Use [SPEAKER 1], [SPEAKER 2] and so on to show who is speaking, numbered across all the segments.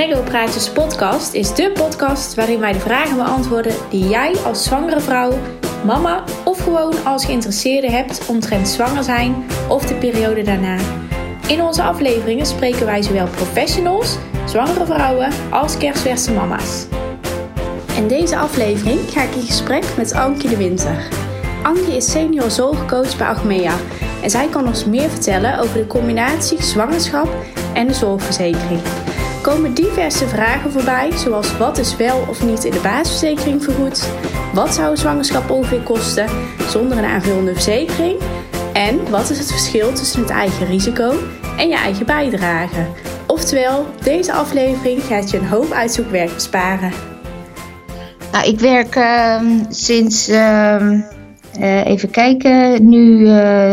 [SPEAKER 1] Pregopraatjes podcast is dé podcast waarin wij de vragen beantwoorden die jij als zwangere vrouw, mama of gewoon als geïnteresseerde hebt omtrent zwanger zijn of de periode daarna. In onze afleveringen spreken wij zowel professionals, zwangere vrouwen als kerstverse mama's. In deze aflevering ga ik in gesprek met Ankie de Winter. Ankie is senior zorgcoach bij Achmea en zij kan ons meer vertellen over de combinatie zwangerschap en de zorgverzekering. Er komen diverse vragen voorbij, zoals wat is wel of niet in de basisverzekering vergoed, wat zou een zwangerschap ongeveer kosten zonder een aanvullende verzekering en wat is het verschil tussen het eigen risico en je eigen bijdrage. Oftewel, deze aflevering gaat je een hoop uitzoekwerk besparen.
[SPEAKER 2] Nou, ik werk sinds, even kijken, nu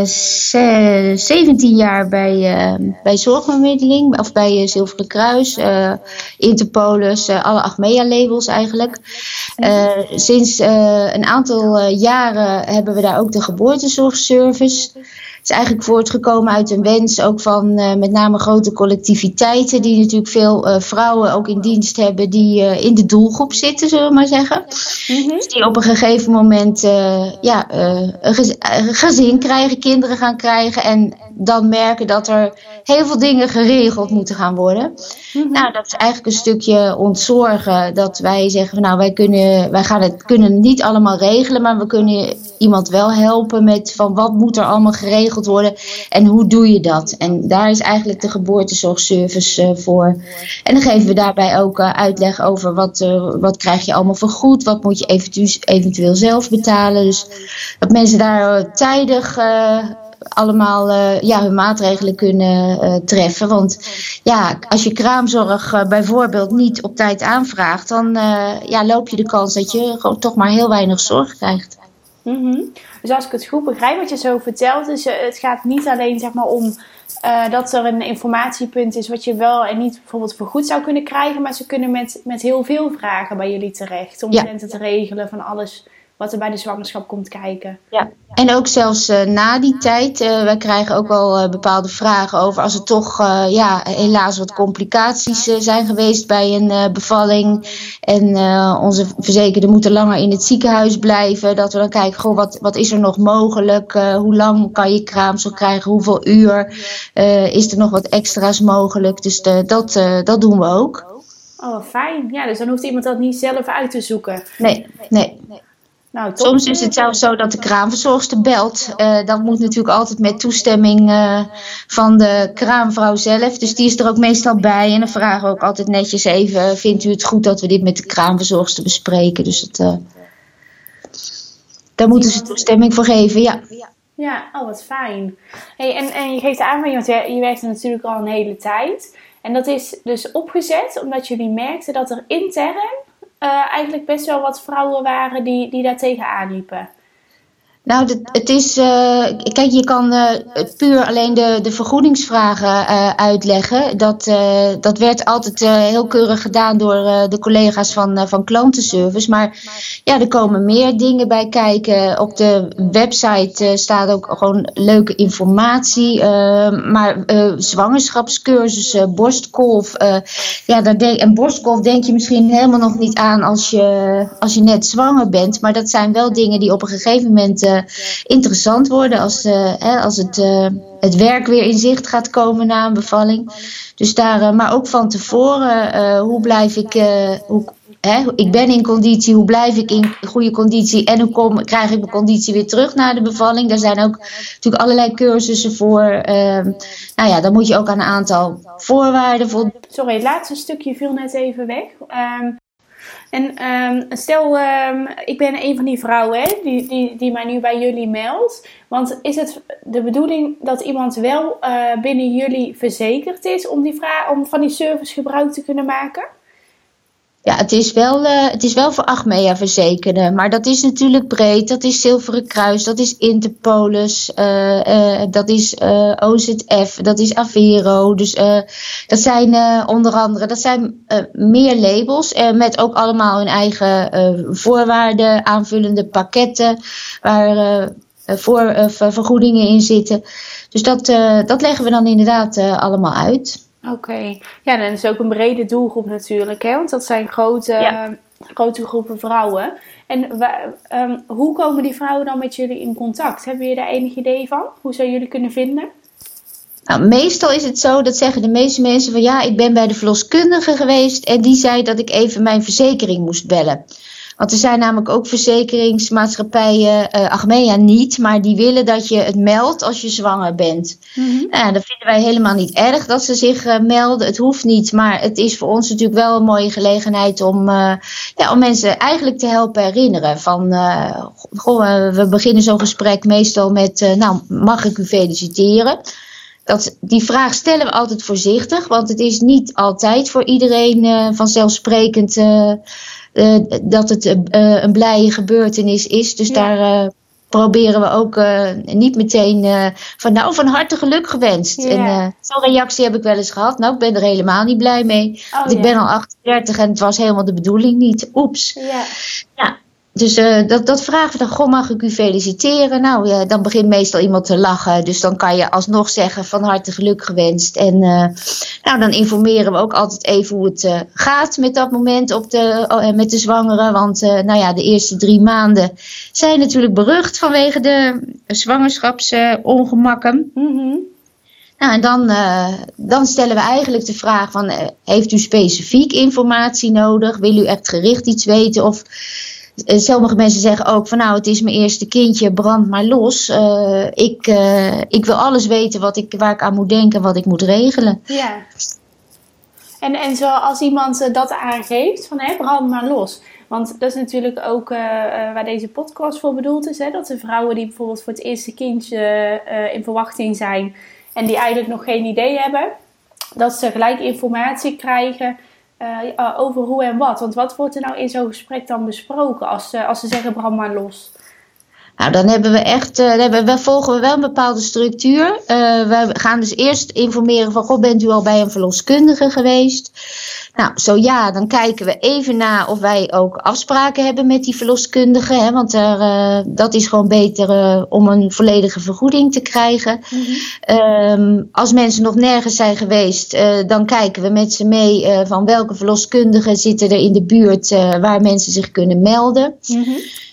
[SPEAKER 2] 17 jaar bij zorgbemiddeling, of bij Zilveren Kruis, Interpolis, alle Achmea-labels eigenlijk. Sinds een aantal jaren hebben we daar ook de geboortezorgservice. Het is eigenlijk voortgekomen uit een wens ook van met name grote collectiviteiten die natuurlijk veel vrouwen ook in dienst hebben die in de doelgroep zitten, zullen we maar zeggen. Mm-hmm. Dus die op een gegeven moment een gezin krijgen, kinderen gaan krijgen en dan merken dat er heel veel dingen geregeld moeten gaan worden. Mm-hmm. Nou, dat is eigenlijk een stukje ontzorgen dat wij zeggen, nou wij kunnen het niet allemaal regelen, maar we kunnen iemand wel helpen met van wat moet er allemaal geregeld worden en hoe doe je dat? En daar is eigenlijk de geboortezorgservice voor. En dan geven we daarbij ook uitleg over wat krijg je allemaal vergoed, wat moet je eventueel zelf betalen. Dus dat mensen daar tijdig allemaal hun maatregelen kunnen treffen. Want ja, als je kraamzorg bijvoorbeeld niet op tijd aanvraagt, dan loop je de kans dat je gewoon toch maar heel weinig zorg krijgt.
[SPEAKER 1] Mm-hmm. Dus als ik het goed begrijp wat je zo vertelt, dus het gaat niet alleen zeg maar om dat er een informatiepunt is wat je wel en niet bijvoorbeeld vergoed zou kunnen krijgen, maar ze kunnen met heel veel vragen bij jullie terecht om het te regelen van alles wat er bij de zwangerschap komt kijken. Ja.
[SPEAKER 2] En ook zelfs na die tijd. Wij krijgen ook wel bepaalde vragen over als er toch helaas wat complicaties zijn geweest bij een bevalling. En onze verzekerden moeten langer in het ziekenhuis blijven. Dat we dan kijken, goh, wat is er nog mogelijk? Hoe lang kan je kraamzorg krijgen? Hoeveel uur? Is er nog wat extra's mogelijk? Dus dat doen we ook.
[SPEAKER 1] Oh, fijn. Ja, dus dan hoeft iemand dat niet zelf uit te zoeken.
[SPEAKER 2] Nee. Nou, soms is het zelfs zo dat de kraamverzorgster belt. Dat moet natuurlijk altijd met toestemming van de kraamvrouw zelf. Dus die is er ook meestal bij. En dan vragen we ook altijd netjes even, vindt u het goed dat we dit met de kraamverzorgster bespreken? Dus daar moeten ze toestemming voor geven, ja.
[SPEAKER 1] Ja, oh wat fijn. Hey, en je geeft aan, want je werkt er natuurlijk al een hele tijd. En dat is dus opgezet omdat jullie merkten dat er intern eigenlijk best wel wat vrouwen waren die daar tegenaan liepen.
[SPEAKER 2] Nou, het is, kijk, je kan puur alleen de vergoedingsvragen uitleggen. Dat werd altijd heel keurig gedaan door de collega's van klantenservice. Maar ja, er komen meer dingen bij kijken. Op de website staat ook gewoon leuke informatie. Maar zwangerschapscursussen, borstkolf. En borstkolf denk je misschien helemaal nog niet aan als je net zwanger bent. Maar dat zijn wel dingen die op een gegeven moment interessant worden als het werk weer in zicht gaat komen na een bevalling. Dus daar, maar ook van tevoren, hoe blijf ik, ik ben in conditie, hoe blijf ik in goede conditie en hoe krijg ik mijn conditie weer terug na de bevalling. Daar zijn ook natuurlijk allerlei cursussen voor. Dan moet je ook aan een aantal voorwaarden voldoen.
[SPEAKER 1] Sorry, het laatste stukje viel net even weg. Stel, ik ben een van die vrouwen die mij nu bij jullie meldt. Want is het de bedoeling dat iemand wel binnen jullie verzekerd is om van die service gebruik te kunnen maken?
[SPEAKER 2] Ja, het is wel voor Achmea verzekerden, maar dat is natuurlijk breed. Dat is Zilveren Kruis, dat is Interpolis, dat is OZF, dat is Avero. Dus dat zijn onder andere meer labels met ook allemaal hun eigen voorwaarden, aanvullende pakketten waar vergoedingen in zitten. Dus dat leggen we dan inderdaad allemaal uit.
[SPEAKER 1] Oké. Ja, dan is het ook een brede doelgroep natuurlijk, hè? Want dat zijn grote groepen vrouwen. En hoe komen die vrouwen dan met jullie in contact? Hebben jullie daar enig idee van? Hoe zou jullie kunnen vinden?
[SPEAKER 2] Nou, meestal is het zo, dat zeggen de meeste mensen van ja, ik ben bij de verloskundige geweest en die zei dat ik even mijn verzekering moest bellen. Want er zijn namelijk ook verzekeringsmaatschappijen, Achmea niet, maar die willen dat je het meldt als je zwanger bent.
[SPEAKER 1] Mm-hmm.
[SPEAKER 2] Nou, dat vinden wij helemaal niet erg dat ze zich melden. Het hoeft niet, maar het is voor ons natuurlijk wel een mooie gelegenheid om mensen eigenlijk te helpen herinneren. We beginnen zo'n gesprek meestal met, mag ik u feliciteren? Die vraag stellen we altijd voorzichtig, want het is niet altijd voor iedereen vanzelfsprekend dat het een blije gebeurtenis is. Dus daar proberen we ook niet meteen van harte geluk gewenst.
[SPEAKER 1] Ja.
[SPEAKER 2] En zo'n reactie heb ik wel eens gehad. Nou, ik ben er helemaal niet blij mee. Want ik ben al 38 en het was helemaal de bedoeling niet. Oeps.
[SPEAKER 1] Ja.
[SPEAKER 2] Ja. Dus dat vragen we dan, goh, mag ik u feliciteren? Nou ja, dan begint meestal iemand te lachen. Dus dan kan je alsnog zeggen van harte geluk gewenst. En dan informeren we ook altijd even hoe het gaat met dat moment met de zwangere. Want de eerste 3 maanden zijn natuurlijk berucht vanwege de zwangerschapsongemakken.
[SPEAKER 1] Mm-hmm.
[SPEAKER 2] Nou, en dan stellen we eigenlijk de vraag van, heeft u specifiek informatie nodig? Wil u echt gericht iets weten? Of sommige mensen zeggen ook van het is mijn eerste kindje, brand maar los. Ik wil alles weten waar ik aan moet denken, wat ik moet regelen.
[SPEAKER 1] Ja. En zo als iemand dat aangeeft, van brand maar los. Want dat is natuurlijk ook waar deze podcast voor bedoeld is. Hè? Dat de vrouwen die bijvoorbeeld voor het eerste kindje in verwachting zijn en die eigenlijk nog geen idee hebben, dat ze gelijk informatie krijgen over hoe en wat. Want wat wordt er nou in zo'n gesprek dan besproken als ze zeggen brand maar los?
[SPEAKER 2] Nou, dan hebben we volgen we wel een bepaalde structuur. We gaan dus eerst informeren van, goh, bent u al bij een verloskundige geweest? Nou, zo ja, dan kijken we even na of wij ook afspraken hebben met die verloskundige. Hè, want dat is gewoon beter om een volledige vergoeding te krijgen. Mm-hmm. Als mensen nog nergens zijn geweest, dan kijken we met ze mee van welke verloskundigen zitten er in de buurt waar mensen zich kunnen melden. Mm-hmm.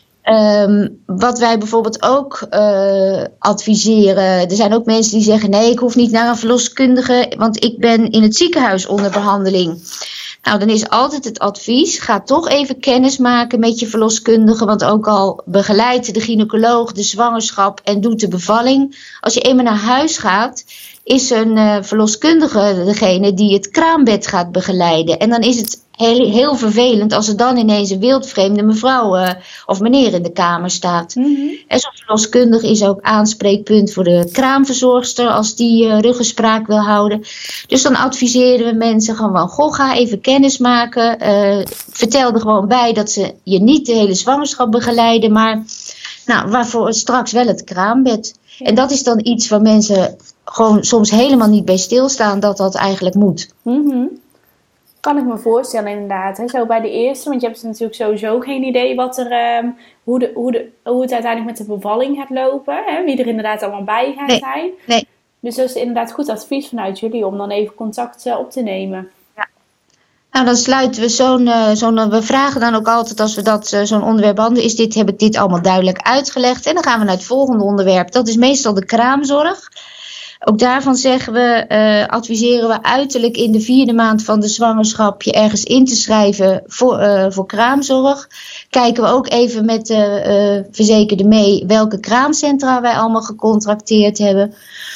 [SPEAKER 2] Wat wij bijvoorbeeld ook adviseren, er zijn ook mensen die zeggen nee, ik hoef niet naar een verloskundige, want ik ben in het ziekenhuis onder behandeling. Nou, dan is altijd het advies, ga toch even kennis maken met je verloskundige, want ook al begeleidt de gynaecoloog de zwangerschap en doet de bevalling, als je eenmaal naar huis gaat, is een verloskundige degene die het kraambed gaat begeleiden. En dan is het heel vervelend als er dan ineens een wildvreemde mevrouw of meneer in de kamer staat. Mm-hmm. En zo'n verloskundige is ook aanspreekpunt voor de kraamverzorgster als die ruggespraak wil houden. Dus dan adviseren we mensen gewoon, goh, ga even kennis maken. Vertel er gewoon bij dat ze je niet de hele zwangerschap begeleiden, maar waarvoor straks wel het kraambed. Ja. En dat is dan iets waar mensen gewoon soms helemaal niet bij stilstaan dat eigenlijk moet.
[SPEAKER 1] Mm-hmm. Kan ik me voorstellen inderdaad. Hè? Zo bij de eerste, want je hebt natuurlijk sowieso geen idee hoe het uiteindelijk met de bevalling gaat lopen. Hè? Wie er inderdaad allemaal bij gaat zijn.
[SPEAKER 2] Nee.
[SPEAKER 1] Dus dat is inderdaad goed advies vanuit jullie om dan even contact op te nemen.
[SPEAKER 2] Ja. Nou, dan sluiten we we vragen dan ook altijd als we zo'n onderwerp behandelen, heb ik dit allemaal duidelijk uitgelegd. En dan gaan we naar het volgende onderwerp. Dat is meestal de kraamzorg. Ook daarvan adviseren we uiterlijk in de 4e maand van de zwangerschap je ergens in te schrijven voor kraamzorg. Kijken we ook even met de verzekerde mee welke kraamcentra wij allemaal gecontracteerd hebben.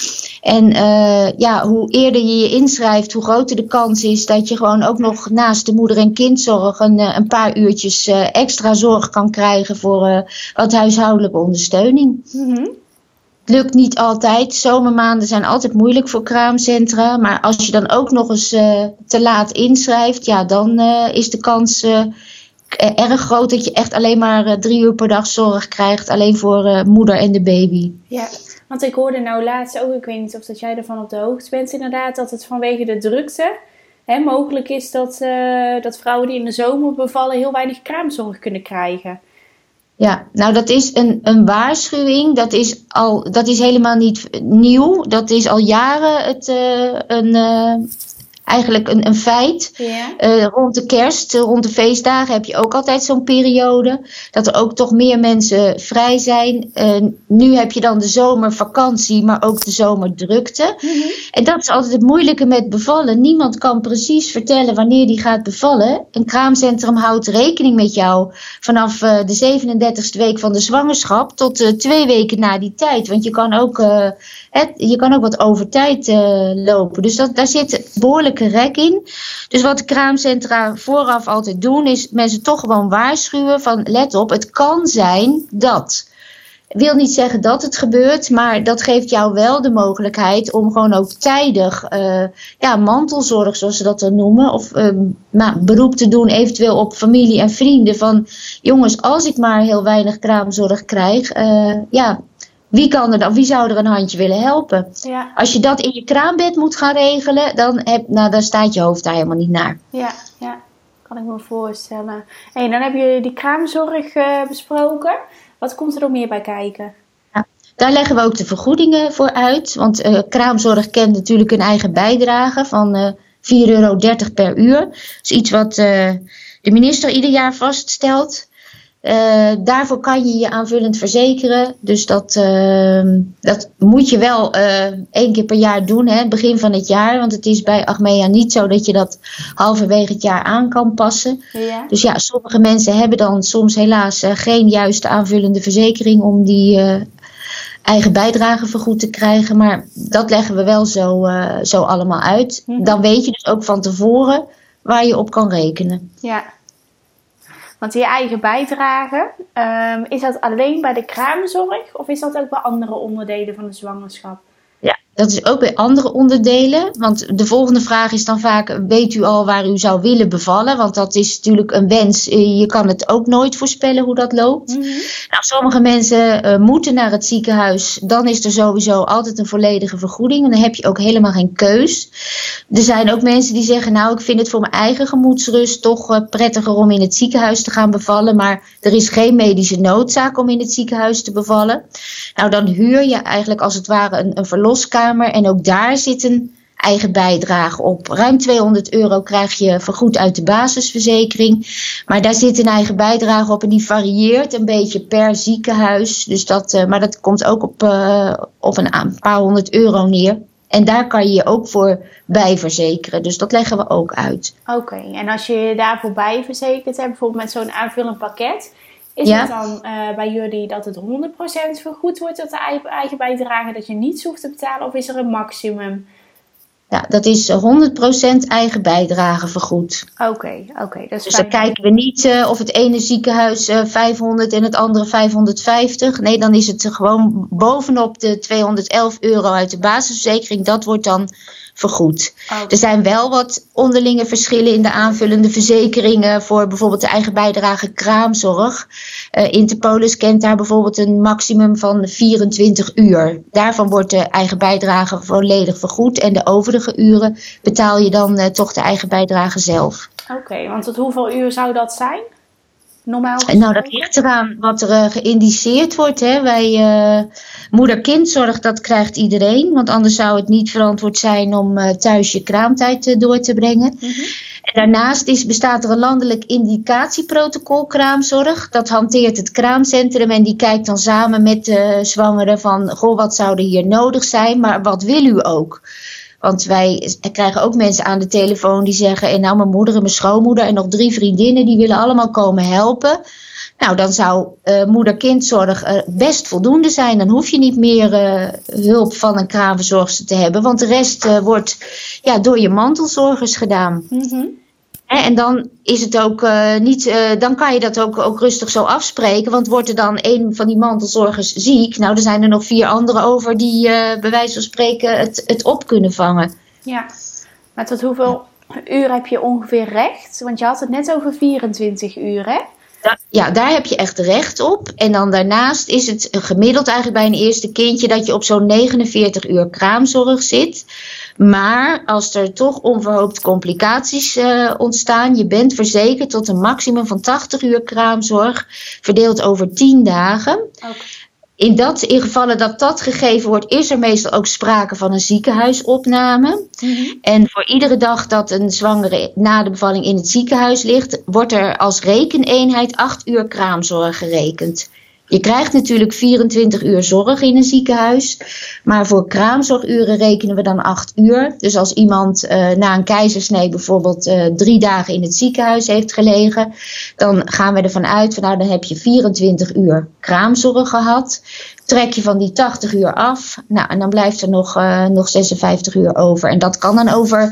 [SPEAKER 2] En hoe eerder je je inschrijft, hoe groter de kans is dat je gewoon ook nog naast de moeder- en kindzorg een paar uurtjes extra zorg kan krijgen voor wat huishoudelijke ondersteuning. Mm-hmm. Het lukt niet altijd. Zomermaanden zijn altijd moeilijk voor kraamcentra. Maar als je dan ook nog eens te laat inschrijft, dan is de kans erg groot dat je echt alleen maar 3 uur per dag zorg krijgt. Alleen voor moeder en de baby.
[SPEAKER 1] Ja, want ik hoorde nou laatst ook, ik weet niet of dat jij ervan op de hoogte bent inderdaad, dat het vanwege de drukte mogelijk is dat vrouwen die in de zomer bevallen heel weinig kraamzorg kunnen krijgen.
[SPEAKER 2] Ja, nou dat is een waarschuwing. Dat is helemaal niet nieuw. Dat is al jaren eigenlijk een feit.
[SPEAKER 1] Ja.
[SPEAKER 2] Rond de kerst, rond de feestdagen heb je ook altijd zo'n periode. Dat er ook toch meer mensen vrij zijn. Nu heb je dan de zomervakantie, maar ook de zomerdrukte.
[SPEAKER 1] Mm-hmm.
[SPEAKER 2] En dat is altijd het moeilijke met bevallen. Niemand kan precies vertellen wanneer die gaat bevallen. Een kraamcentrum houdt rekening met jou vanaf de 37e week van de zwangerschap tot 2 weken na die tijd. Want je kan ook wat over tijd lopen. Dus daar zit behoorlijke rek in. Dus wat de kraamcentra vooraf altijd doen, is mensen toch gewoon waarschuwen van let op, het kan zijn dat. Ik wil niet zeggen dat het gebeurt, maar dat geeft jou wel de mogelijkheid om gewoon ook tijdig mantelzorg, zoals ze dat dan noemen, of beroep te doen eventueel op familie en vrienden van jongens, als ik maar heel weinig kraamzorg krijg, wie zou er een handje willen helpen?
[SPEAKER 1] Ja.
[SPEAKER 2] Als je dat in je kraambed moet gaan regelen, dan staat je hoofd daar helemaal niet naar.
[SPEAKER 1] Ja, kan ik me voorstellen. Hey, dan heb je die kraamzorg besproken. Wat komt er nog meer bij kijken?
[SPEAKER 2] Ja, daar leggen we ook de vergoedingen voor uit. Want kraamzorg kent natuurlijk een eigen bijdrage van €4,30 per uur. Dat is iets wat de minister ieder jaar vaststelt. Daarvoor kan je je aanvullend verzekeren. Dus dat moet je wel 1 keer per jaar doen, hè, begin van het jaar. Want het is bij Achmea niet zo dat je dat halverwege het jaar aan kan passen.
[SPEAKER 1] Ja.
[SPEAKER 2] Dus ja, sommige mensen hebben dan soms helaas geen juiste aanvullende verzekering om die eigen bijdrage vergoed te krijgen. Maar dat leggen we wel zo allemaal uit.
[SPEAKER 1] Mm-hmm.
[SPEAKER 2] Dan weet je dus ook van tevoren waar je op kan rekenen.
[SPEAKER 1] Ja. Want je eigen bijdrage, is dat alleen bij de kraamzorg of is dat ook bij andere onderdelen van de zwangerschap?
[SPEAKER 2] Ja, dat is ook bij andere onderdelen. Want de volgende vraag is dan vaak, weet u al waar u zou willen bevallen? Want dat is natuurlijk een wens. Je kan het ook nooit voorspellen hoe dat loopt.
[SPEAKER 1] Mm-hmm.
[SPEAKER 2] Nou, sommige mensen moeten naar het ziekenhuis. Dan is er sowieso altijd een volledige vergoeding. En dan heb je ook helemaal geen keus. Er zijn ook mensen die zeggen, nou, ik vind het voor mijn eigen gemoedsrust toch prettiger om in het ziekenhuis te gaan bevallen. Maar er is geen medische noodzaak om in het ziekenhuis te bevallen. Nou, dan huur je eigenlijk als het ware een verloskamer. En ook daar zit een eigen bijdrage op. Ruim €200 krijg je vergoed uit de basisverzekering. Maar daar zit een eigen bijdrage op en die varieert een beetje per ziekenhuis. Dus maar dat komt ook op een paar €100 neer. En daar kan je je ook voor bijverzekeren. Dus dat leggen we ook uit.
[SPEAKER 1] Oké, en als je je daarvoor bijverzekerd hebt, bijvoorbeeld met zo'n aanvullend pakket, is het dan bij jullie dat het 100% vergoed wordt tot de eigen bijdrage, dat je niets hoeft te betalen, of is er een maximum?
[SPEAKER 2] Ja, dat is 100% eigen bijdrage vergoed.
[SPEAKER 1] Oké, dat is
[SPEAKER 2] dus dan kijken we niet of het ene ziekenhuis 500 en het andere 550. Nee, dan is het gewoon bovenop de €211 uit de basisverzekering. Dat wordt dan vergoed.
[SPEAKER 1] Okay.
[SPEAKER 2] Er zijn wel wat onderlinge verschillen in de aanvullende verzekeringen voor bijvoorbeeld de eigen bijdrage kraamzorg. Interpolis kent daar bijvoorbeeld een maximum van 24 uur. Daarvan wordt de eigen bijdrage volledig vergoed en de overige uren betaal je dan toch de eigen bijdrage zelf.
[SPEAKER 1] Oké, want tot hoeveel uur zou dat zijn? Normaal
[SPEAKER 2] nou, dat ligt eraan wat er geïndiceerd wordt. Hè. Moeder-kindzorg, dat krijgt iedereen. Want anders zou het niet verantwoord zijn om thuis je kraamtijd door te brengen. Mm-hmm. En daarnaast bestaat er een landelijk indicatieprotocol kraamzorg. Dat hanteert het kraamcentrum en die kijkt dan samen met de zwangeren van, goh, wat zou er hier nodig zijn, maar wat wil u ook? Want wij krijgen ook mensen aan de telefoon die zeggen, en nou, mijn moeder en mijn schoonmoeder en nog 3 vriendinnen, die willen allemaal komen helpen. Nou, dan zou moeder-kindzorg best voldoende zijn. Dan hoef je niet meer hulp van een kraamverzorgster te hebben. Want de rest wordt door je mantelzorgers gedaan. Mm-hmm. En dan is het ook dan kan je dat ook rustig zo afspreken. Want wordt er dan een van die mantelzorgers ziek, nou, dan zijn er nog 4 anderen over die bij wijze van spreken het op kunnen vangen.
[SPEAKER 1] Ja, maar tot hoeveel uur heb je ongeveer recht? Want je had het net over 24 uur, hè?
[SPEAKER 2] Ja, daar heb je echt recht op. En dan daarnaast is het gemiddeld eigenlijk bij een eerste kindje dat je op zo'n 49 uur kraamzorg zit. Maar als er toch onverhoopt complicaties ontstaan, je bent verzekerd tot een maximum van 80 uur kraamzorg, verdeeld over 10 dagen. Okay. In gevallen dat gegeven wordt, is er meestal ook sprake van een ziekenhuisopname. Mm-hmm. En voor iedere dag dat een zwangere na de bevalling in het ziekenhuis ligt, wordt er als rekeneenheid 8 uur kraamzorg gerekend. Je krijgt natuurlijk 24 uur zorg in een ziekenhuis, maar voor kraamzorguren rekenen we dan 8 uur. Dus als iemand na een keizersnee bijvoorbeeld 3 dagen in het ziekenhuis heeft gelegen, dan gaan we ervan uit, dan heb je 24 uur kraamzorg gehad. Trek je van die 80 uur af, en dan blijft er nog 56 uur over. En dat kan dan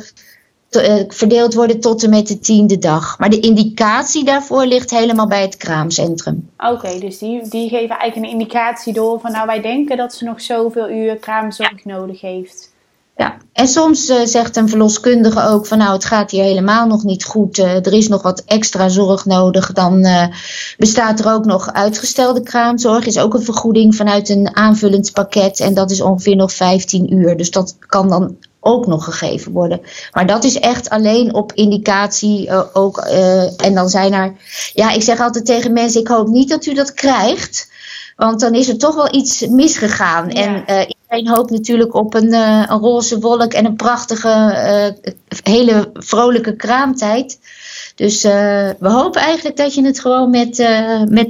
[SPEAKER 2] verdeeld worden tot en met de 10e dag. Maar de indicatie daarvoor ligt helemaal bij het kraamcentrum.
[SPEAKER 1] Oké, dus die geven eigenlijk een indicatie door van wij denken dat ze nog zoveel uur kraamzorg nodig heeft.
[SPEAKER 2] Ja, en soms zegt een verloskundige ook van het gaat hier helemaal nog niet goed. Er is nog wat extra zorg nodig. Dan bestaat er ook nog uitgestelde kraamzorg. Is ook een vergoeding vanuit een aanvullend pakket. En dat is ongeveer nog 15 uur. Dus dat kan dan ook nog gegeven worden. Maar dat is echt alleen op indicatie ook. En dan zijn er... Ja, ik zeg altijd tegen mensen, ik hoop niet dat u dat krijgt. Want dan is er toch wel iets misgegaan. Ja. En iedereen hoopt natuurlijk op een roze wolk en een prachtige, hele vrolijke kraamtijd. Dus we hopen eigenlijk dat je het gewoon met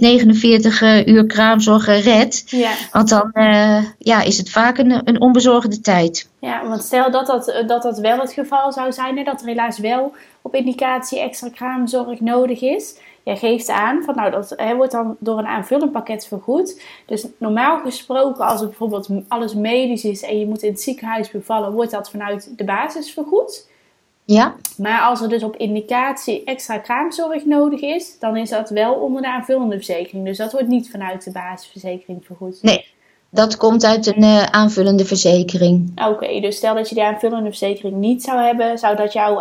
[SPEAKER 2] 49 uur kraamzorg redt. Ja. Want dan is het vaak een onbezorgde tijd.
[SPEAKER 1] Ja, want stel dat wel het geval zou zijn, dat er helaas wel op indicatie extra kraamzorg nodig is. Jij geeft aan van dat wordt dan door een aanvullend pakket vergoed. Dus normaal gesproken, als het bijvoorbeeld alles medisch is en je moet in het ziekenhuis bevallen, wordt dat vanuit de basis vergoed.
[SPEAKER 2] Ja.
[SPEAKER 1] Maar als er dus op indicatie extra kraamzorg nodig is, dan is dat wel onder de aanvullende verzekering. Dus dat wordt niet vanuit de basisverzekering vergoed.
[SPEAKER 2] Nee, dat komt uit een aanvullende verzekering.
[SPEAKER 1] Oké, dus stel dat je die aanvullende verzekering niet zou hebben, zou dat jouw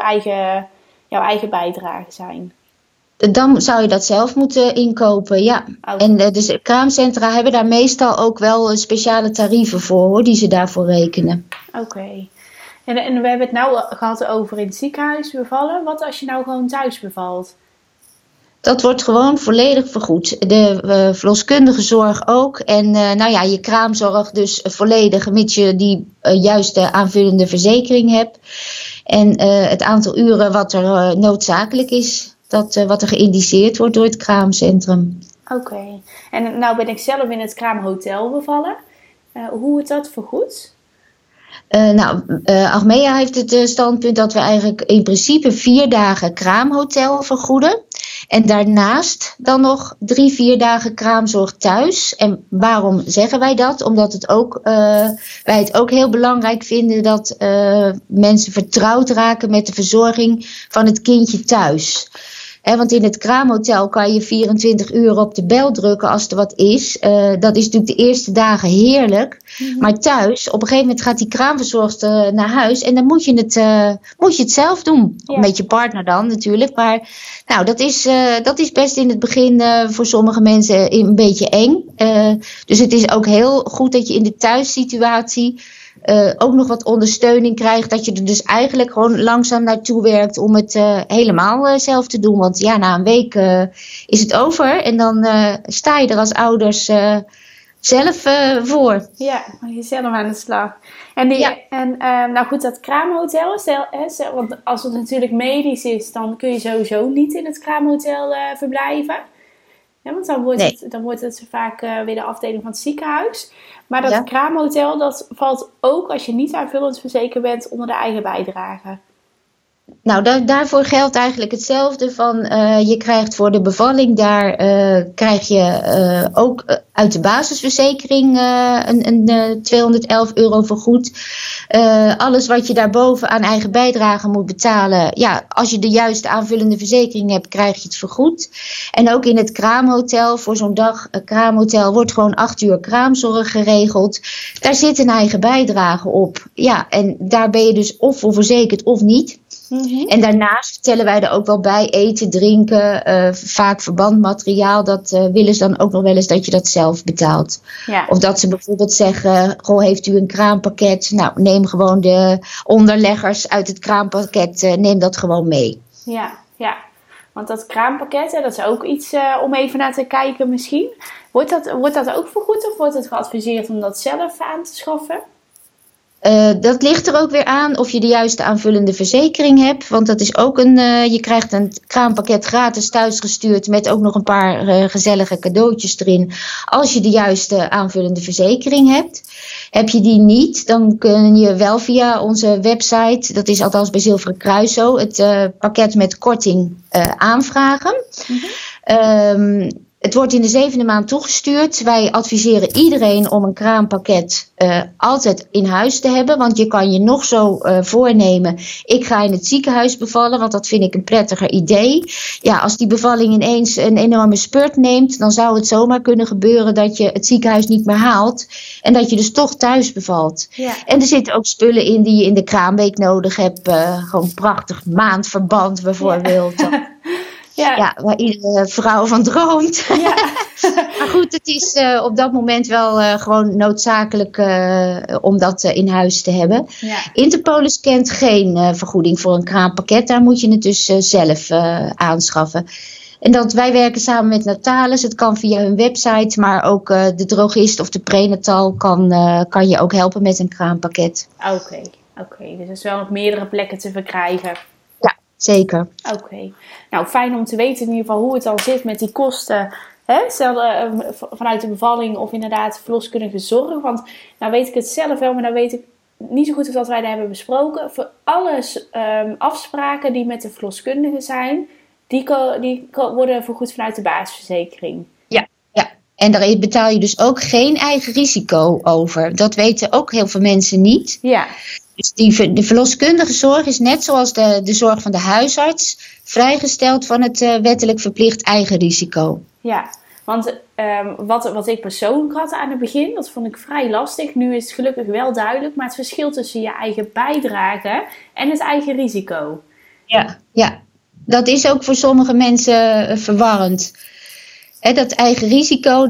[SPEAKER 1] eigen bijdrage zijn?
[SPEAKER 2] Dan zou je dat zelf moeten inkopen, ja. Okay. En dus kraamcentra hebben daar meestal ook wel speciale tarieven voor, die ze daarvoor rekenen.
[SPEAKER 1] Oké. En we hebben het nou gehad over in het ziekenhuis bevallen. Wat als je nou gewoon thuis bevalt?
[SPEAKER 2] Dat wordt gewoon volledig vergoed. De verloskundige zorg ook. En je kraamzorg dus volledig, mits je die juiste aanvullende verzekering hebt. En het aantal uren wat er noodzakelijk is. Wat er geïndiceerd wordt door het kraamcentrum.
[SPEAKER 1] Oké. En nou ben ik zelf in het kraamhotel bevallen. Hoe wordt dat vergoed?
[SPEAKER 2] Achmea heeft het standpunt dat we eigenlijk in principe 4 dagen kraamhotel vergoeden. En daarnaast dan nog 3-4 dagen kraamzorg thuis. En waarom zeggen wij dat? Omdat wij het ook heel belangrijk vinden dat mensen vertrouwd raken met de verzorging van het kindje thuis. Want in het kraamhotel kan je 24 uur op de bel drukken als er wat is. Dat is natuurlijk de eerste dagen heerlijk. Mm-hmm. Maar thuis, op een gegeven moment gaat die kraamverzorgster naar huis. En dan moet je het zelf doen. Ja. Met je partner dan natuurlijk. Maar dat is best in het begin voor sommige mensen een beetje eng. Dus het is ook heel goed dat je in de thuissituatie ook nog wat ondersteuning krijgt. Dat je er dus eigenlijk gewoon langzaam naartoe werkt om het helemaal zelf te doen. Want na een week is het over. En dan sta je er als ouders zelf voor.
[SPEAKER 1] Ja, je zelf aan de slag. Dat kraamhotel. Want als het natuurlijk medisch is, dan kun je sowieso niet in het kraamhotel verblijven. Ja, want dan wordt het vaak weer de afdeling van het ziekenhuis. Maar dat kraamhotel, dat valt ook als je niet aanvullend verzekerd bent onder de eigen bijdrage.
[SPEAKER 2] Nou, daarvoor geldt eigenlijk hetzelfde van je krijgt voor de bevalling, daar krijg je ook uit de basisverzekering een 211 euro vergoed. Alles wat je daarboven aan eigen bijdrage moet betalen, als je de juiste aanvullende verzekering hebt, krijg je het vergoed. En ook in het kraamhotel, voor zo'n dag kraamhotel, wordt gewoon 8 uur kraamzorg geregeld. Daar zit een eigen bijdrage op. Ja, en daar ben je dus of voor verzekerd of niet. Mm-hmm. En daarnaast vertellen wij er ook wel bij eten, drinken, vaak verbandmateriaal. Dat willen ze dan ook nog wel eens dat je dat zelf betaalt. Ja. Of dat ze bijvoorbeeld zeggen, heeft u een kraampakket? Nou, neem gewoon de onderleggers uit het kraampakket, neem dat gewoon mee.
[SPEAKER 1] Ja. Want dat kraampakket, hè, dat is ook iets om even naar te kijken misschien. Wordt dat ook vergoed of wordt het geadviseerd om dat zelf aan te schaffen?
[SPEAKER 2] Dat ligt er ook weer aan of je de juiste aanvullende verzekering hebt. Want dat is ook je krijgt een kraampakket gratis thuisgestuurd met ook nog een paar gezellige cadeautjes erin. Als je de juiste aanvullende verzekering hebt. Heb je die niet, dan kun je wel via onze website, dat is althans bij Zilveren Kruis zo, het pakket met korting aanvragen. Het wordt in de 7e maand toegestuurd. Wij adviseren iedereen om een kraampakket altijd in huis te hebben. Want je kan je nog zo voornemen. Ik ga in het ziekenhuis bevallen, want dat vind ik een prettiger idee. Ja, als die bevalling ineens een enorme spurt neemt, dan zou het zomaar kunnen gebeuren dat je het ziekenhuis niet meer haalt. En dat je dus toch thuis bevalt. Ja. En er zitten ook spullen in die je in de kraamweek nodig hebt. Gewoon prachtig maandverband bijvoorbeeld. Ja. Ja, waar iedere vrouw van droomt. Ja. Maar goed, het is op dat moment wel gewoon noodzakelijk om dat in huis te hebben. Ja. Interpolis kent geen vergoeding voor een kraampakket. Daar moet je het dus zelf aanschaffen. En wij werken samen met Natalis. Het kan via hun website, maar ook de drogist of de prenatal kan je ook helpen met een kraampakket.
[SPEAKER 1] Oké. Dus dat is wel op meerdere plekken te verkrijgen.
[SPEAKER 2] Zeker.
[SPEAKER 1] Oké. Nou, fijn om te weten in ieder geval hoe het dan zit met die kosten. Hè? Stel vanuit de bevalling of inderdaad verloskundige zorg. Want nou weet ik het zelf wel, maar dan weet ik niet zo goed of dat wij dat hebben besproken. Voor alle afspraken die met de verloskundige zijn, die worden vergoed vanuit de basisverzekering. Ja.
[SPEAKER 2] En daar betaal je dus ook geen eigen risico over. Dat weten ook heel veel mensen niet. Ja. Dus de verloskundige zorg is net zoals de zorg van de huisarts vrijgesteld van het wettelijk verplicht eigen risico.
[SPEAKER 1] Ja, want wat ik persoonlijk had aan het begin, dat vond ik vrij lastig. Nu is het gelukkig wel duidelijk, maar het verschil tussen je eigen bijdrage en het eigen risico.
[SPEAKER 2] Ja, dat is ook voor sommige mensen verwarrend. Dat eigen risico,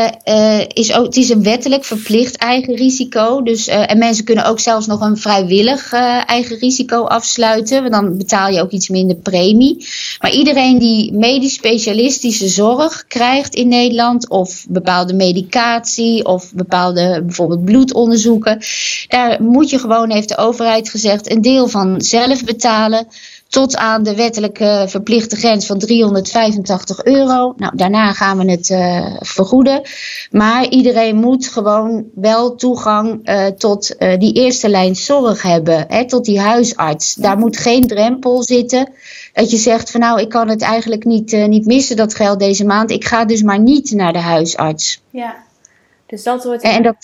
[SPEAKER 2] het is een wettelijk verplicht eigen risico. Dus, en mensen kunnen ook zelfs nog een vrijwillig eigen risico afsluiten. Want dan betaal je ook iets minder premie. Maar iedereen die medisch specialistische zorg krijgt in Nederland, of bepaalde medicatie, of bepaalde bijvoorbeeld bloedonderzoeken, daar moet je gewoon, heeft de overheid gezegd, een deel van zelf betalen. Tot aan de wettelijke verplichte grens van €385. Nou, daarna gaan we het vergoeden. Maar iedereen moet gewoon wel toegang tot die eerste lijn zorg hebben. Tot die huisarts. Daar moet geen drempel zitten. Dat je zegt van nou, ik kan het eigenlijk niet missen, dat geld deze maand. Ik ga dus maar niet naar de huisarts.
[SPEAKER 1] Ja, dus dat wordt...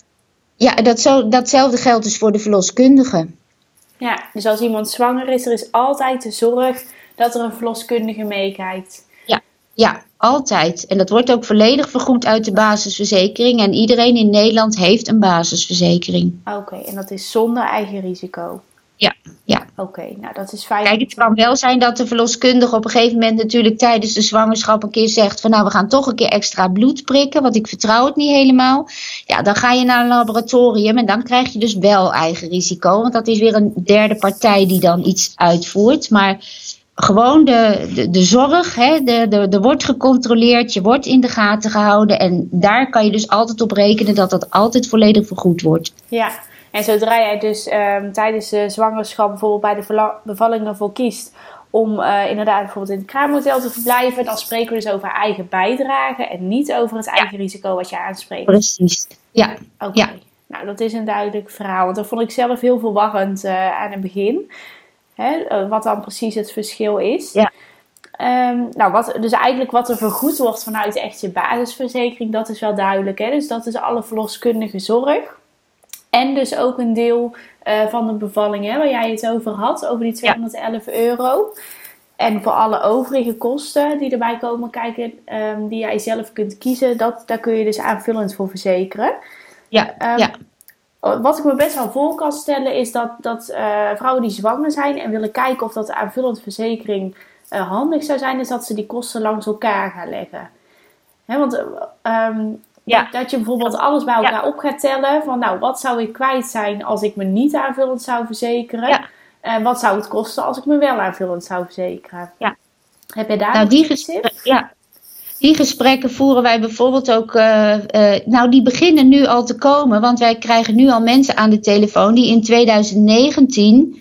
[SPEAKER 2] Datzelfde geldt dus voor de verloskundige.
[SPEAKER 1] Ja, dus als iemand zwanger is, er is altijd de zorg dat er een verloskundige meekijkt.
[SPEAKER 2] Ja, altijd. En dat wordt ook volledig vergoed uit de basisverzekering. En iedereen in Nederland heeft een basisverzekering.
[SPEAKER 1] Oké, en dat is zonder eigen risico?
[SPEAKER 2] Ja.
[SPEAKER 1] Oké, nou dat is fijn.
[SPEAKER 2] Kijk, het kan wel zijn dat de verloskundige op een gegeven moment natuurlijk tijdens de zwangerschap een keer zegt van nou, we gaan toch een keer extra bloed prikken, want ik vertrouw het niet helemaal. Ja, dan ga je naar een laboratorium en dan krijg je dus wel eigen risico, want dat is weer een derde partij die dan iets uitvoert. Maar gewoon de zorg, er wordt gecontroleerd, je wordt in de gaten gehouden en daar kan je dus altijd op rekenen dat dat altijd volledig vergoed wordt.
[SPEAKER 1] Ja. En zodra jij dus tijdens de zwangerschap bijvoorbeeld bij de bevalling ervoor kiest om inderdaad bijvoorbeeld in het kraamhotel te verblijven, dan spreken we dus over eigen bijdrage en niet over het eigen risico wat je aanspreekt.
[SPEAKER 2] Precies, ja.
[SPEAKER 1] Oké. Nou dat is een duidelijk verhaal, want dat vond ik zelf heel verwarrend aan het begin. Wat dan precies het verschil is. Ja. Dus eigenlijk wat er vergoed wordt vanuit echt je basisverzekering, dat is wel duidelijk. Dus dat is alle verloskundige zorg. En dus ook een deel van de bevalling, waar jij het over had, over die €211. En voor alle overige kosten die erbij komen kijken, die jij zelf kunt kiezen, daar kun je dus aanvullend voor verzekeren. Wat ik me best wel voor kan stellen is dat vrouwen die zwanger zijn en willen kijken of dat de aanvullend verzekering handig zou zijn, is dat ze die kosten langs elkaar gaan leggen. Dat je bijvoorbeeld alles bij elkaar op gaat tellen. Van nou, wat zou ik kwijt zijn als ik me niet aanvullend zou verzekeren? En wat zou het kosten als ik me wel aanvullend zou verzekeren? Ja. Heb je daar
[SPEAKER 2] Nou, die gesprekken voeren wij bijvoorbeeld ook. Die beginnen nu al te komen, want wij krijgen nu al mensen aan de telefoon die in 2019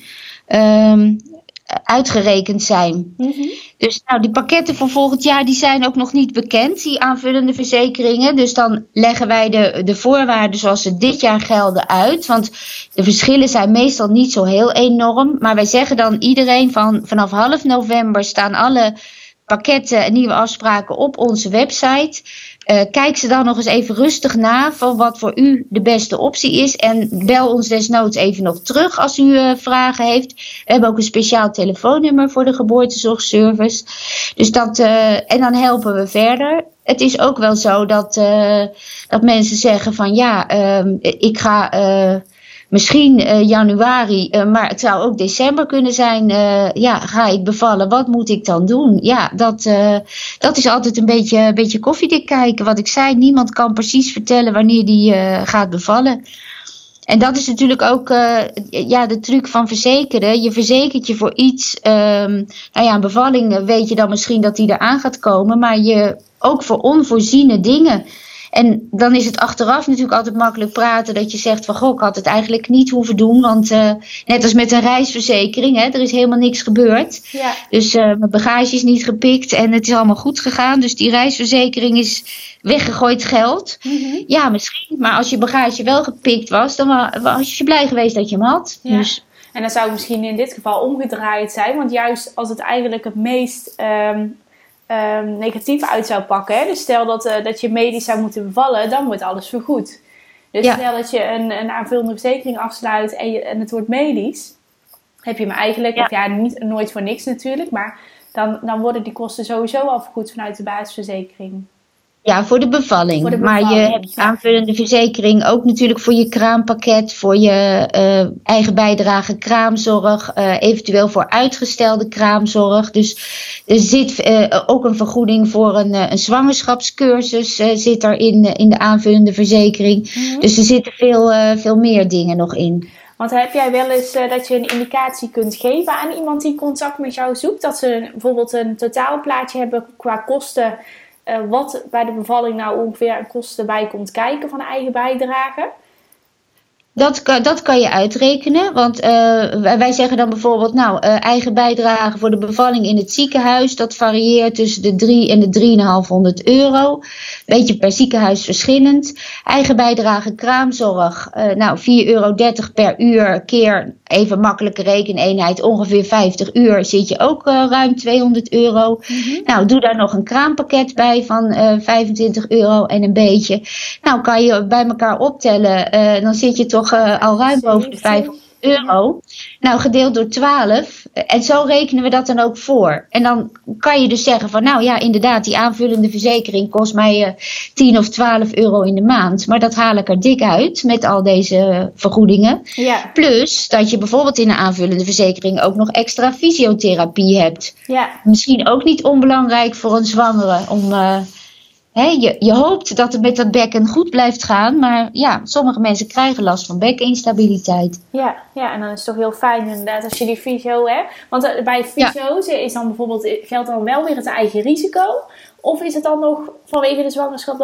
[SPEAKER 2] uitgerekend zijn.
[SPEAKER 1] Mm-hmm.
[SPEAKER 2] Dus die pakketten voor volgend jaar die zijn ook nog niet bekend, die aanvullende verzekeringen. Dus dan leggen wij de voorwaarden zoals ze dit jaar gelden uit. Want de verschillen zijn meestal niet zo heel enorm. Maar wij zeggen dan iedereen vanaf half november staan alle pakketten en nieuwe afspraken op onze website. Kijk ze dan nog eens even rustig na van wat voor u de beste optie is. En bel ons desnoods even nog terug als u vragen heeft. We hebben ook een speciaal telefoonnummer voor de geboortezorgservice. Dus en dan helpen we verder. Het is ook wel zo dat mensen zeggen van ik ga misschien januari, maar het zou ook december kunnen zijn. Ga ik bevallen? Wat moet ik dan doen? Ja, dat is altijd een beetje koffiedik kijken. Wat ik zei, niemand kan precies vertellen wanneer die gaat bevallen. En dat is natuurlijk ook de truc van verzekeren. Je verzekert je voor iets. Een bevalling weet je dan misschien dat die eraan gaat komen. Maar ook voor onvoorziene dingen. En dan is het achteraf natuurlijk altijd makkelijk praten dat je zegt van ik had het eigenlijk niet hoeven doen. Want net als met een reisverzekering, er is helemaal niks gebeurd. Ja. Dus mijn bagage is niet gepikt en het is allemaal goed gegaan. Dus die reisverzekering is weggegooid geld. Mm-hmm. Ja, misschien. Maar als je bagage wel gepikt was, dan was je blij geweest dat je hem had.
[SPEAKER 1] Ja. Dus. En dan zou het misschien in dit geval omgedraaid zijn. Want juist als het eigenlijk het meest negatief uit zou pakken. Hè? Dus stel dat je medisch zou moeten bevallen, dan wordt alles vergoed. Dus stel dat je een aanvullende verzekering afsluit en het wordt medisch, heb je hem eigenlijk, nooit voor niks natuurlijk, maar dan worden die kosten sowieso al vergoed vanuit de basisverzekering.
[SPEAKER 2] Ja, voor de bevalling. Maar je hebt aanvullende verzekering ook natuurlijk voor je kraampakket, voor je eigen bijdrage kraamzorg, eventueel voor uitgestelde kraamzorg. Dus er zit ook een vergoeding voor een zwangerschapscursus zit er in de aanvullende verzekering. Mm-hmm. Dus er zitten veel meer dingen nog in.
[SPEAKER 1] Want heb jij wel eens dat je een indicatie kunt geven aan iemand die contact met jou zoekt? Dat ze bijvoorbeeld een totaalplaatje hebben qua kosten. Wat bij de bevalling nou ongeveer aan kosten bij komt kijken van eigen bijdrage?
[SPEAKER 2] Dat kan je uitrekenen, want wij zeggen dan bijvoorbeeld, eigen bijdrage voor de bevalling in het ziekenhuis, dat varieert tussen de 3 en de 3.500 euro. Beetje per ziekenhuis verschillend. Eigen bijdrage kraamzorg, €4,30 per uur keer, even makkelijke rekeneenheid, ongeveer 50 uur, zit je ook ruim €200. Mm-hmm. Doe daar nog een kraampakket bij van €25 en een beetje. Kan je bij elkaar optellen, dan zit je toch al ruim boven de €500. Gedeeld door 12. En zo rekenen we dat dan ook voor. En dan kan je dus zeggen van inderdaad, die aanvullende verzekering kost mij €10 of €12 in de maand. Maar dat haal ik er dik uit met al deze vergoedingen. Ja. Plus dat je bijvoorbeeld in een aanvullende verzekering ook nog extra fysiotherapie hebt. Ja. Misschien ook niet onbelangrijk voor een zwangere om je hoopt dat het met dat bekken goed blijft gaan. Maar sommige mensen krijgen last van bekkeninstabiliteit.
[SPEAKER 1] Ja, en dan is het toch heel fijn inderdaad als je die fysio hebt. Want bij fysio's is dan bijvoorbeeld, geldt dan wel weer het eigen risico? Of is het dan nog vanwege de zwangerschap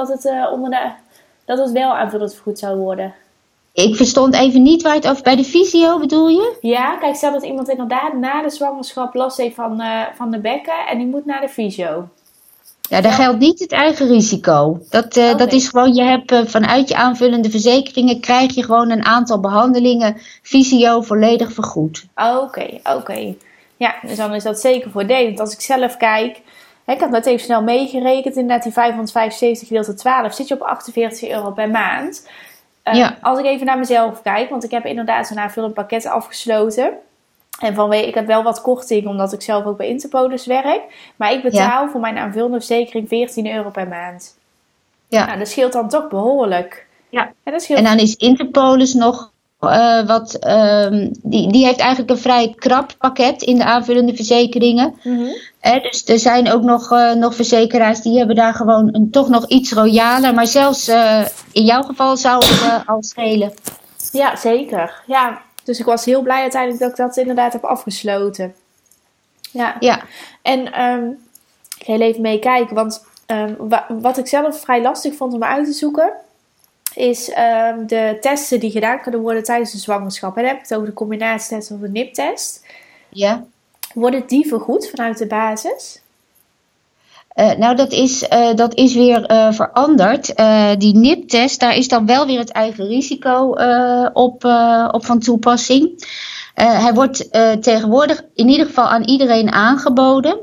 [SPEAKER 1] dat het wel aanvullend vergoed zou worden?
[SPEAKER 2] Ik verstond even niet waar het over, bij de fysio bedoel je?
[SPEAKER 1] Ja, kijk, stel dat iemand inderdaad na de zwangerschap last heeft van de bekken en die moet naar de fysio.
[SPEAKER 2] Ja, daar geldt niet het eigen risico. Dat is gewoon, je hebt vanuit je aanvullende verzekeringen krijg je gewoon een aantal behandelingen fysio volledig vergoed.
[SPEAKER 1] Oké. Ja, dus dan is dat zeker voordelig. Want als ik zelf kijk, ik heb dat even snel meegerekend, inderdaad die 575 gedeeld door 12 zit je op €48 per maand. Als ik even naar mezelf kijk, want ik heb inderdaad zo'n aanvullend pakket afgesloten. En ik heb wel wat korting, omdat ik zelf ook bij Interpolis werk. Maar ik betaal voor mijn aanvullende verzekering €14 per maand. Ja. Dat scheelt dan toch behoorlijk. Ja.
[SPEAKER 2] En dan is Interpolis nog die heeft eigenlijk een vrij krap pakket in de aanvullende verzekeringen. Mm-hmm. Dus er zijn ook nog verzekeraars die hebben daar gewoon toch nog iets royaler. Maar zelfs in jouw geval zou het al schelen.
[SPEAKER 1] Ja, zeker. Ja. Dus ik was heel blij uiteindelijk dat ik dat inderdaad heb afgesloten. Ja. En Ik ga heel even meekijken, want wat ik zelf vrij lastig vond om uit te zoeken, is de testen die gedaan kunnen worden tijdens de zwangerschap. En dan heb ik het over de combinatietest of de NIPT-test.
[SPEAKER 2] Ja.
[SPEAKER 1] Worden die vergoed vanuit de basis?
[SPEAKER 2] Nou, dat is weer veranderd. Die NIPT-test, daar is dan wel weer het eigen risico op van toepassing. Hij wordt tegenwoordig in ieder geval aan iedereen aangeboden.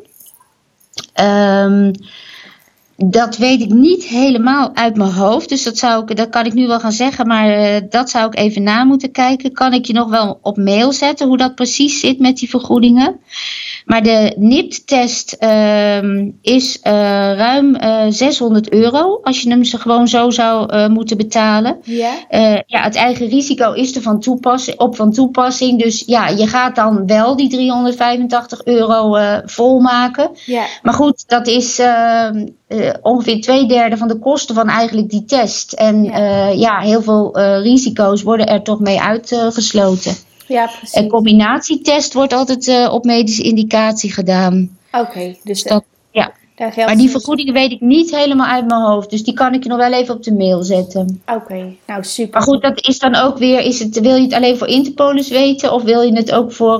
[SPEAKER 2] Dat weet ik niet helemaal uit mijn hoofd, dus dat kan ik nu wel gaan zeggen, maar dat zou ik even na moeten kijken. Kan ik je nog wel op mail zetten hoe dat precies zit met die vergoedingen? Maar de NIPT-test is ruim €600 als je hem gewoon zo zou moeten betalen.
[SPEAKER 1] Ja.
[SPEAKER 2] Het eigen risico is er van toepassing. Dus ja, je gaat dan wel die €385 volmaken.
[SPEAKER 1] Ja.
[SPEAKER 2] Maar goed, dat is ongeveer 2/3 van de kosten van eigenlijk die test. En heel veel risico's worden er toch mee uitgesloten.
[SPEAKER 1] Ja, precies.
[SPEAKER 2] Een combinatietest wordt altijd op medische indicatie gedaan.
[SPEAKER 1] Oké, dus
[SPEAKER 2] dat, ja.
[SPEAKER 1] daar geldt.
[SPEAKER 2] Maar die vergoedingen weet ik niet helemaal uit mijn hoofd. Dus die kan ik je nog wel even op de mail zetten.
[SPEAKER 1] Oké, nou super.
[SPEAKER 2] Maar goed, dat is dan ook weer, wil je het alleen voor Interpolis weten? Of wil je het ook voor...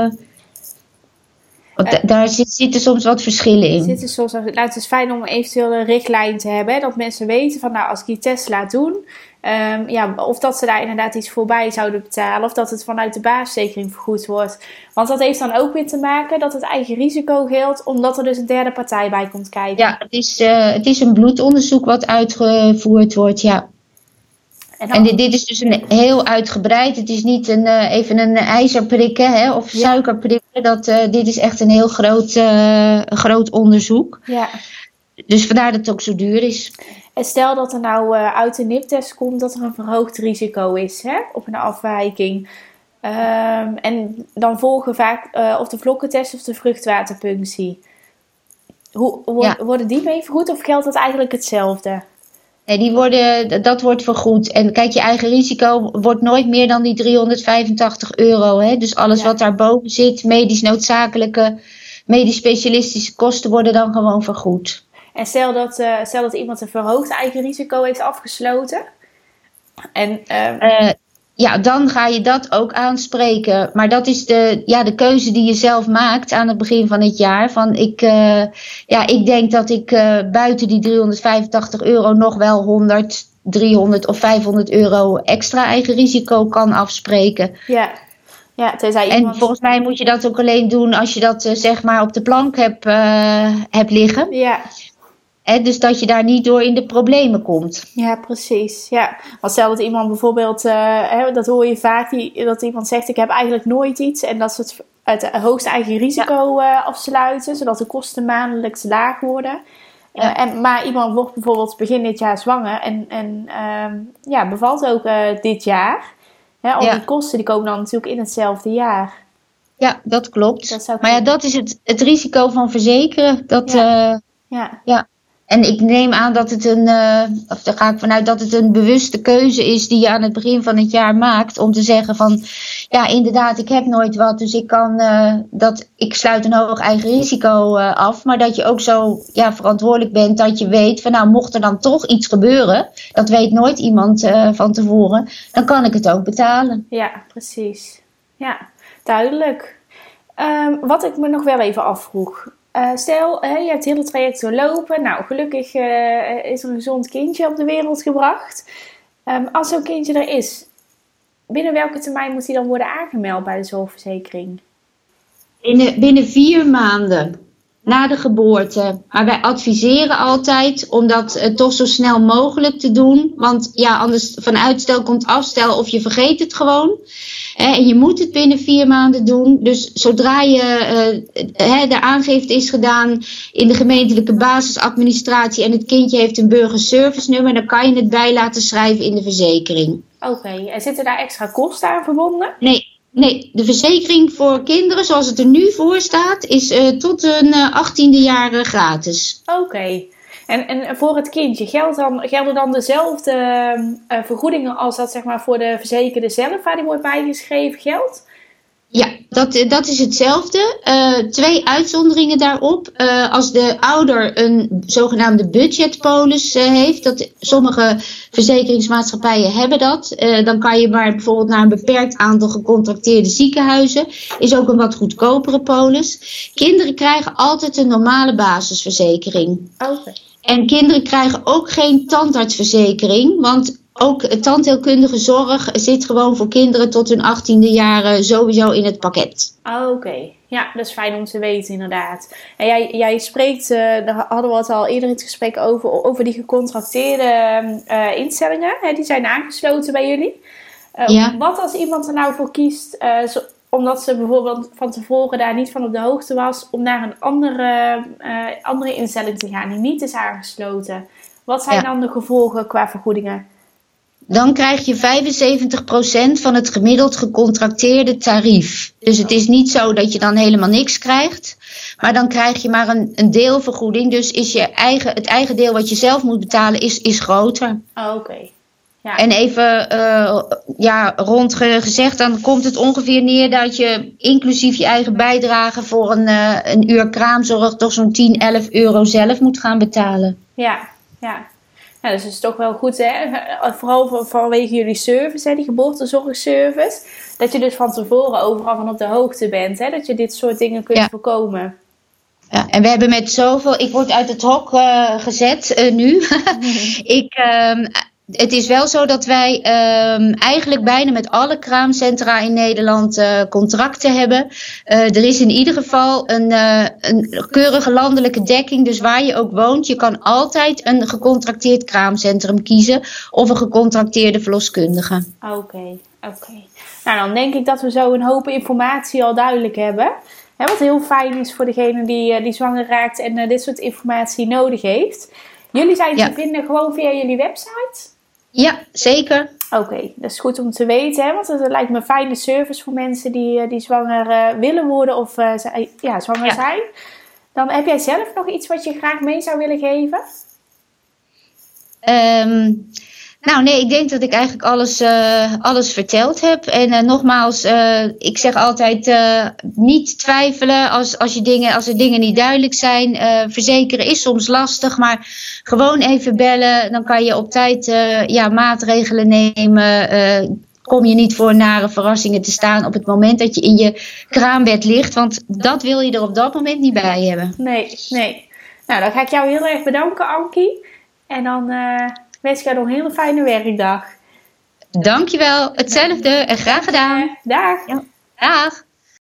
[SPEAKER 2] daar zitten soms wat verschillen in.
[SPEAKER 1] Het is fijn om eventueel een richtlijn te hebben. Hè, dat mensen weten van, nou, als ik die test laat doen, of dat ze daar inderdaad iets voorbij zouden betalen, of dat het vanuit de basisverzekering vergoed wordt. Want dat heeft dan ook weer te maken dat het eigen risico geldt, omdat er dus een derde partij bij komt kijken.
[SPEAKER 2] Ja, het is een bloedonderzoek wat uitgevoerd wordt, ja. En dit is dus een heel uitgebreid. Het is niet even een ijzer prikken of suiker prikken. Dit is echt een heel groot onderzoek. Ja. Dus vandaar dat het ook zo duur is.
[SPEAKER 1] En stel dat er nou uit de NIPT-test komt dat er een verhoogd risico is, hè, op een afwijking. En dan volgen vaak of de vlokkentest of de vruchtwaterpunctie. Worden die mee vergoed of geldt dat eigenlijk hetzelfde?
[SPEAKER 2] Nee, dat wordt vergoed. En kijk, je eigen risico wordt nooit meer dan die €385. Hè? Dus alles wat daarboven zit, medisch noodzakelijke, medisch specialistische kosten worden dan gewoon vergoed.
[SPEAKER 1] En stel dat iemand een verhoogd eigen risico heeft afgesloten. En
[SPEAKER 2] dan ga je dat ook aanspreken. Maar dat is de keuze die je zelf maakt aan het begin van het jaar. Van ik denk dat ik buiten die €385 nog wel 100, 300 of €500 extra eigen risico kan afspreken. Ja.
[SPEAKER 1] Ja,
[SPEAKER 2] en volgens mij moet je dat ook alleen doen als je dat zeg maar op de plank hebt liggen. Ja. Dus dat je daar niet door in de problemen komt.
[SPEAKER 1] Ja, precies. Ja. Want stel dat iemand bijvoorbeeld, dat hoor je vaak, dat iemand zegt ik heb eigenlijk nooit iets. En dat ze het hoogste eigen risico afsluiten, zodat de kosten maandelijks laag worden. Ja. Maar iemand wordt bijvoorbeeld begin dit jaar zwanger en bevalt ook dit jaar. Al die kosten die komen dan natuurlijk in hetzelfde jaar.
[SPEAKER 2] Ja, dat klopt. Maar dat is het risico van verzekeren. Ja. En ik neem aan dat het daar ga ik vanuit dat het een bewuste keuze is die je aan het begin van het jaar maakt. Om te zeggen van, ja inderdaad, ik heb nooit wat, dus ik sluit een hoog eigen risico af. Maar dat je ook zo verantwoordelijk bent dat je weet van, nou mocht er dan toch iets gebeuren, dat weet nooit iemand van tevoren, dan kan ik het ook betalen.
[SPEAKER 1] Ja, precies. Ja, duidelijk. Wat ik me nog wel even afvroeg. Stel, je hebt het hele traject doorlopen. Nou, gelukkig is er een gezond kindje op de wereld gebracht. Als zo'n kindje er is, binnen welke termijn moet hij dan worden aangemeld bij de zorgverzekering?
[SPEAKER 2] Binnen 4 maanden na de geboorte. Maar wij adviseren altijd om dat toch zo snel mogelijk te doen. Want anders van uitstel komt afstel of je vergeet het gewoon. En je moet het binnen 4 maanden doen. Dus zodra de aangifte is gedaan in de gemeentelijke basisadministratie en het kindje heeft een burgerservice nummer, dan kan je het bij laten schrijven in de verzekering.
[SPEAKER 1] Oké, en zitten daar extra kosten aan verbonden?
[SPEAKER 2] Nee, de verzekering voor kinderen zoals het er nu voor staat is tot een 18e jaar gratis.
[SPEAKER 1] Oké. En voor het kindje gelden dan dezelfde vergoedingen als dat zeg maar voor de verzekerde zelf waar die wordt bijgeschreven geldt?
[SPEAKER 2] Ja, dat is hetzelfde. 2 uitzonderingen daarop. Als de ouder een zogenaamde budgetpolis heeft, sommige verzekeringsmaatschappijen hebben dat, dan kan je maar bijvoorbeeld naar een beperkt aantal gecontracteerde ziekenhuizen. Is ook een wat goedkopere polis. Kinderen krijgen altijd een normale basisverzekering.
[SPEAKER 1] Okay.
[SPEAKER 2] En kinderen krijgen ook geen tandartsverzekering, want ook tandheelkundige zorg zit gewoon voor kinderen tot hun 18e jaar sowieso in het pakket.
[SPEAKER 1] Oké. Ja, dat is fijn om te weten inderdaad. En jij spreekt, daar hadden we het al eerder in het gesprek over die gecontracteerde instellingen. Hè, die zijn aangesloten bij jullie.
[SPEAKER 2] Ja.
[SPEAKER 1] Wat als iemand er nou voor kiest, omdat ze bijvoorbeeld van tevoren daar niet van op de hoogte was, om naar een andere instelling te gaan die niet is aangesloten? Wat zijn dan de gevolgen qua vergoedingen?
[SPEAKER 2] Dan krijg je 75% van het gemiddeld gecontracteerde tarief. Dus het is niet zo dat je dan helemaal niks krijgt. Maar dan krijg je maar een deelvergoeding. Dus is het eigen deel wat je zelf moet betalen is groter.
[SPEAKER 1] Oké. Ja.
[SPEAKER 2] En even rond gezegd, dan komt het ongeveer neer dat je inclusief je eigen bijdrage voor een uur kraamzorg toch zo'n 10, 11 euro zelf moet gaan betalen.
[SPEAKER 1] Ja. Ja, dus het is toch wel goed, hè? Vooral vanwege jullie service, hè, die geboortezorgservice. Dat je dus van tevoren overal van op de hoogte bent, hè? Dat je dit soort dingen kunt voorkomen.
[SPEAKER 2] Ja, en we hebben met zoveel... Ik word uit het hok gezet nu. Het is wel zo dat wij eigenlijk bijna met alle kraamcentra in Nederland contracten hebben. Er is in ieder geval een keurige landelijke dekking, dus waar je ook woont. Je kan altijd een gecontracteerd kraamcentrum kiezen of een gecontracteerde verloskundige.
[SPEAKER 1] Oké. Nou, dan denk ik dat we zo een hoop informatie al duidelijk hebben. Hè, wat heel fijn is voor degene die zwanger raakt en dit soort informatie nodig heeft. Jullie zijn te vinden gewoon via jullie website?
[SPEAKER 2] Ja, zeker.
[SPEAKER 1] Oké, dat is goed om te weten, hè? Want het lijkt me een fijne service voor mensen die zwanger willen worden of zwanger zijn. Dan heb jij zelf nog iets wat je graag mee zou willen geven?
[SPEAKER 2] Nou nee, ik denk dat ik eigenlijk alles verteld heb. En nogmaals, ik zeg altijd niet twijfelen als er dingen niet duidelijk zijn. Verzekeren is soms lastig, maar gewoon even bellen. Dan kan je op tijd maatregelen nemen. Kom je niet voor nare verrassingen te staan op het moment dat je in je kraambed ligt. Want dat wil je er op dat moment niet bij hebben.
[SPEAKER 1] Nee. Nou, dan ga ik jou heel erg bedanken, Ankie. En dan wens ik jou nog een hele fijne werkdag.
[SPEAKER 2] Dankjewel, hetzelfde en graag gedaan.
[SPEAKER 1] Dag.
[SPEAKER 2] Ja. Dag.